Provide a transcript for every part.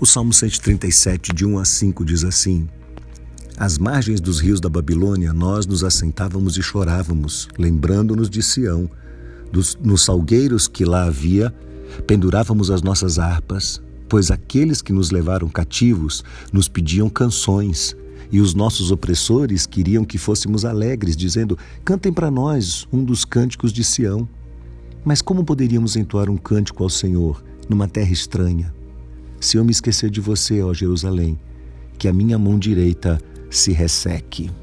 O Salmo 137, de 1 a 5, diz assim: Às margens dos rios da Babilônia, nós nos assentávamos e chorávamos, lembrando-nos de Sião. Nos salgueiros que lá havia, pendurávamos as nossas harpas, pois aqueles que nos levaram cativos nos pediam canções, e os nossos opressores queriam que fôssemos alegres, dizendo: cantem para nós um dos cânticos de Sião. Mas como poderíamos entoar um cântico ao Senhor numa terra estranha? Se eu me esquecer de você, ó Jerusalém, que a minha mão direita se resseque.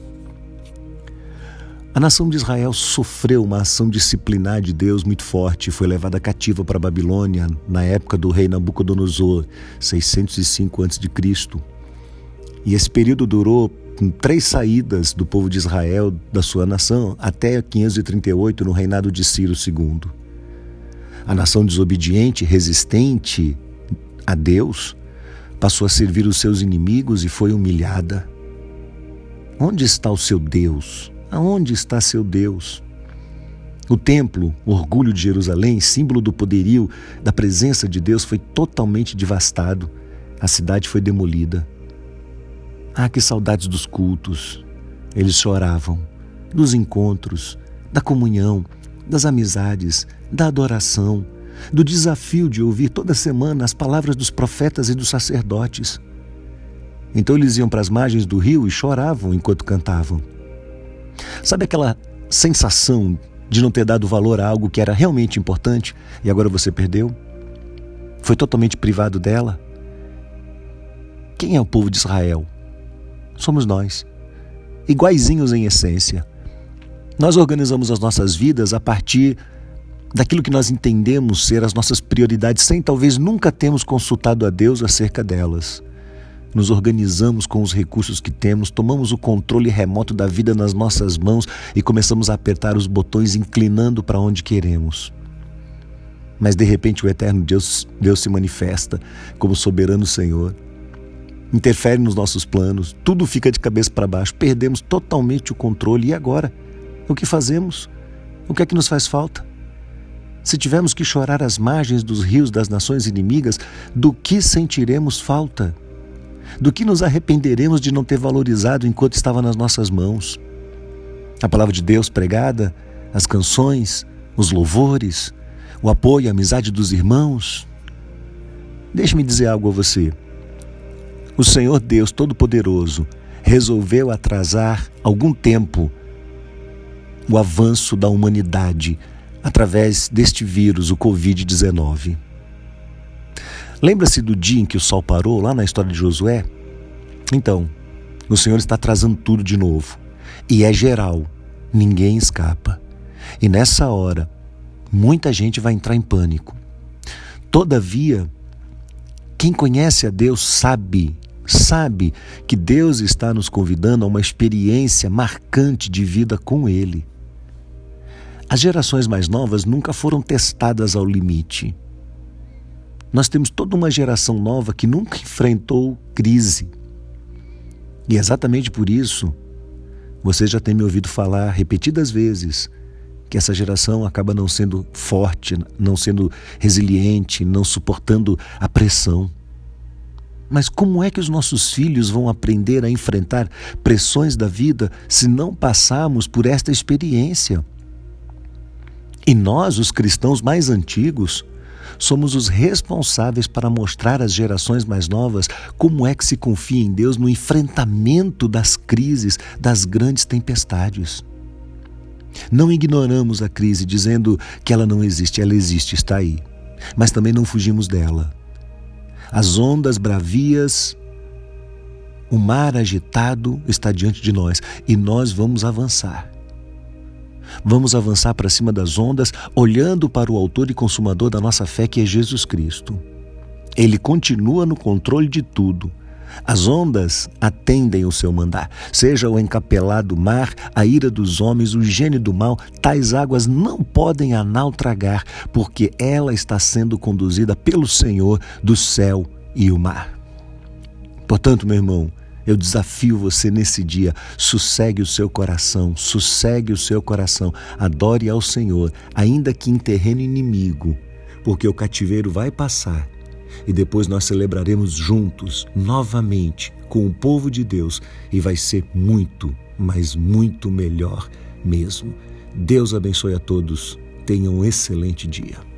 A nação de Israel sofreu uma ação disciplinar de Deus muito forte e foi levada cativa para a Babilônia na época do rei Nabucodonosor, 605 a.C. E esse período durou 3 saídas do povo de Israel da sua nação até 538, no reinado de Ciro II. A nação desobediente, resistente a Deus, passou a servir os seus inimigos e foi humilhada. Onde está o seu Deus? Aonde está seu Deus? O templo, o orgulho de Jerusalém, símbolo do poderio, da presença de Deus, foi totalmente devastado. A cidade foi demolida. Ah, que saudades dos cultos! Eles choravam, dos encontros, da comunhão, das amizades, da adoração, do desafio de ouvir toda semana as palavras dos profetas e dos sacerdotes. Então eles iam para as margens do rio e choravam enquanto cantavam. Sabe aquela sensação de não ter dado valor a algo que era realmente importante e agora você perdeu? Foi totalmente privado dela? Quem é o povo de Israel? Somos nós, iguaizinhos em essência. Nós organizamos as nossas vidas a partir daquilo que nós entendemos ser as nossas prioridades, sem talvez nunca termos consultado a Deus acerca delas. Nos organizamos com os recursos que temos, tomamos o controle remoto da vida nas nossas mãos e começamos a apertar os botões inclinando para onde queremos. Mas de repente o eterno Deus se manifesta como soberano Senhor, interfere nos nossos planos, tudo fica de cabeça para baixo, perdemos totalmente o controle. E agora? O que fazemos? O que é que nos faz falta? Se tivermos que chorar às margens dos rios das nações inimigas, do que sentiremos falta? Do que nos arrependeremos de não ter valorizado enquanto estava nas nossas mãos? A palavra de Deus pregada, as canções, os louvores, o apoio, a amizade dos irmãos? Deixe-me dizer algo a você. O Senhor Deus Todo-Poderoso resolveu atrasar algum tempo o avanço da humanidade através deste vírus, o Covid-19. Lembra-se do dia em que o sol parou, lá na história de Josué? Então, o Senhor está atrasando tudo de novo. E é geral, ninguém escapa. E nessa hora, muita gente vai entrar em pânico. Todavia, quem conhece a Deus sabe que Deus está nos convidando a uma experiência marcante de vida com Ele. As gerações mais novas nunca foram testadas ao limite. Nós temos toda uma geração nova que nunca enfrentou crise. E exatamente por isso, você já tem me ouvido falar repetidas vezes que essa geração acaba não sendo forte, não sendo resiliente, não suportando a pressão. Mas como é que os nossos filhos vão aprender a enfrentar pressões da vida se não passarmos por esta experiência? E nós, os cristãos mais antigos, somos os responsáveis para mostrar às gerações mais novas como é que se confia em Deus no enfrentamento das crises, das grandes tempestades. Não ignoramos a crise dizendo que ela não existe, ela existe, está aí. Mas também não fugimos dela. As ondas bravias, o mar agitado está diante de nós e nós vamos avançar. Vamos avançar para cima das ondas, olhando para o autor e consumador da nossa fé, que é Jesus Cristo. Ele continua no controle de tudo. As ondas atendem o seu mandar. Seja o encapelado mar, a ira dos homens, o gênio do mal, tais águas não podem a naufragar, porque ela está sendo conduzida pelo Senhor do céu e o mar. Portanto, meu irmão, eu desafio você nesse dia, sossegue o seu coração, adore ao Senhor, ainda que em terreno inimigo, porque o cativeiro vai passar e depois nós celebraremos juntos, novamente, com o povo de Deus, e vai ser muito, mas muito melhor mesmo. Deus abençoe a todos. Tenham um excelente dia.